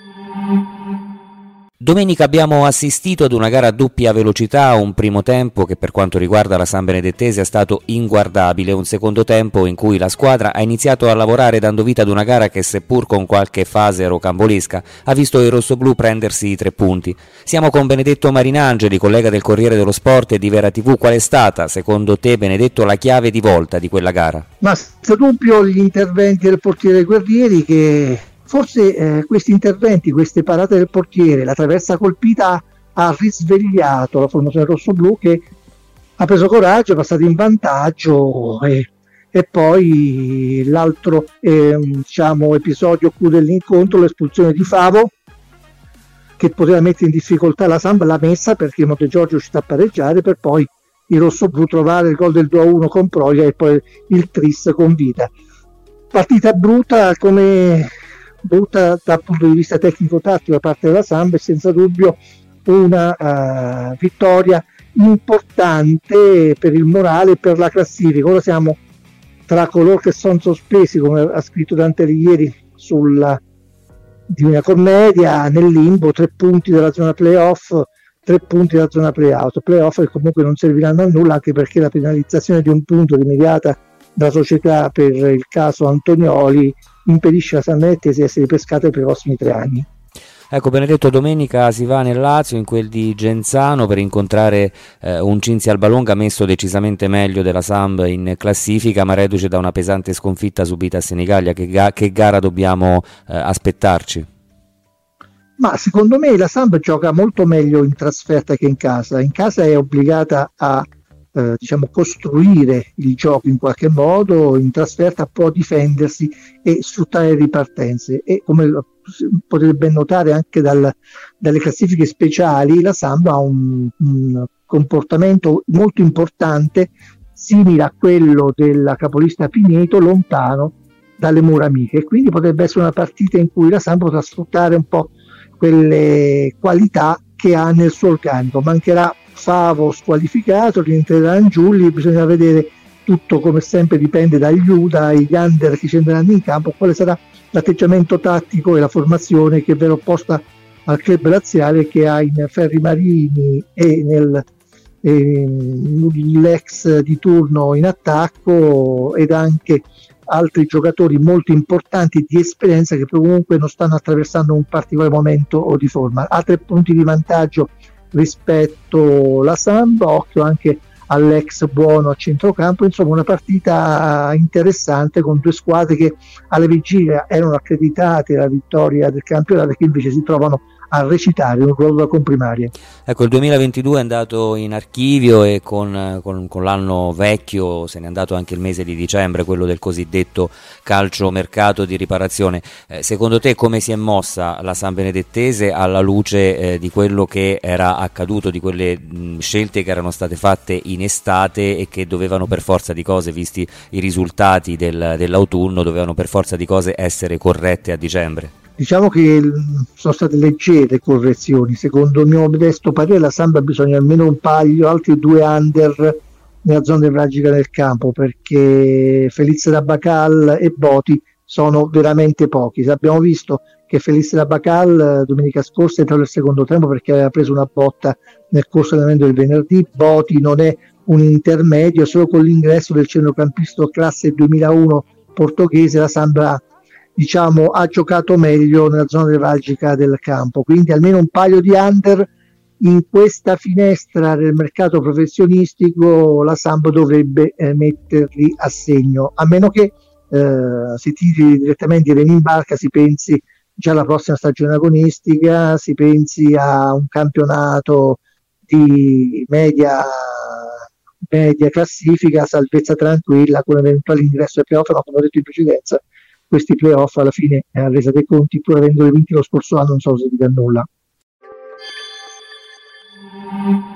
Domenica abbiamo assistito ad una gara a doppia velocità, un primo tempo che per quanto riguarda la San Benedettese è stato inguardabile, un secondo tempo in cui la squadra ha iniziato a lavorare dando vita ad una gara che, seppur con qualche fase rocambolesca, ha visto i rossoblù prendersi i 3 punti. Siamo con Benedetto Marinangeli, collega del Corriere dello Sport e di Vera TV. Qual è stata, secondo te, Benedetto, la chiave di volta di quella gara? Ma senza dubbio gli interventi del portiere Guerrieri, che forse questi interventi, queste parate del portiere, la traversa colpita ha risvegliato la formazione rossoblù, che ha preso coraggio, è passato in vantaggio e poi l'altro episodio clou dell'incontro, l'espulsione di Favo, che poteva mettere in difficoltà la Samp, l'ha messa perché Monte Giorgio ci sta a pareggiare, per poi i rossoblù trovare il gol del 2-1 con Proia e poi il tris con Vita. Partita brutta dal punto di vista tecnico-tattico da parte della Samp, e senza dubbio una vittoria importante per il morale e per la classifica. Ora siamo tra coloro che sono sospesi, come ha scritto Dante ieri sulla Divina Commedia, nel limbo, 3 punti dalla zona playoff, 3 punti dalla zona playout, che comunque non serviranno a nulla, anche perché la penalizzazione di un punto rimediata dalla società per il caso Antonioli impedisce alla San Benedettese di essere pescata per i prossimi 3 anni. Ecco, Benedetto, domenica si va nel Lazio, in quel di Genzano, per incontrare un Cinzia Albalonga messo decisamente meglio della Samp in classifica, ma reduce da una pesante sconfitta subita a Senigallia. Che gara dobbiamo aspettarci? Ma secondo me la Samp gioca molto meglio in trasferta che in casa. In casa è obbligata a costruire il gioco in qualche modo, in trasferta può difendersi e sfruttare le ripartenze, e come potete ben notare anche dalle classifiche speciali, la Samp ha un comportamento molto importante, simile a quello della capolista Pineto, lontano dalle mura amiche, e quindi potrebbe essere una partita in cui la Samp potrà sfruttare un po' quelle qualità che ha nel suo organico. Mancherà Favo squalificato, rientrerà Angiulli, bisogna vedere, tutto come sempre dipende dagli under che scenderanno in campo, quale sarà l'atteggiamento tattico e la formazione che verrà opposta al club laziale, che ha in Ferri Marini e l'ex di turno in attacco, ed anche altri giocatori molto importanti di esperienza che comunque non stanno attraversando un particolare momento di forma. Ha 3 punti di vantaggio rispetto alla Samp, occhio anche all'ex Buono a centrocampo. Insomma, una partita interessante con 2 squadre che alla vigilia erano accreditate alla vittoria del campionato e che invece si trovano a recitare un ruolo da comprimarie. Ecco, il 2022 è andato in archivio e con l'anno vecchio se n'è andato anche il mese di dicembre, quello del cosiddetto calcio mercato di riparazione. Secondo te come si è mossa la San Benedettese alla luce di quello che era accaduto, di quelle scelte che erano state fatte in estate e che dovevano per forza di cose, visti i risultati dell'autunno, dovevano per forza di cose essere corrette a dicembre? Diciamo che sono state leggere correzioni. Secondo il mio modesto parere la Samp ha bisogno almeno un paio, altri 2 under nella zona nevralgica del campo, perché Felice Rabacal e Boti sono veramente pochi. Abbiamo visto che Felice Rabacal domenica scorsa è entrato nel secondo tempo perché aveva preso una botta nel corso dell'allenamento del venerdì. Boti non è un intermedio, solo con l'ingresso del centrocampista classe 2001 portoghese la Samp ha giocato meglio nella zona nevralgica del campo, quindi almeno un paio di under in questa finestra del mercato professionistico la Samp dovrebbe metterli a segno, a meno che si tiri direttamente in barca, si pensi già alla prossima stagione agonistica, si pensi a un campionato di media classifica, salvezza tranquilla con eventuale ingresso ai playoff, ma come ho detto in precedenza questi playoff alla fine, a resa dei conti, pur avendo vinti lo scorso anno, non sono serviti a nulla.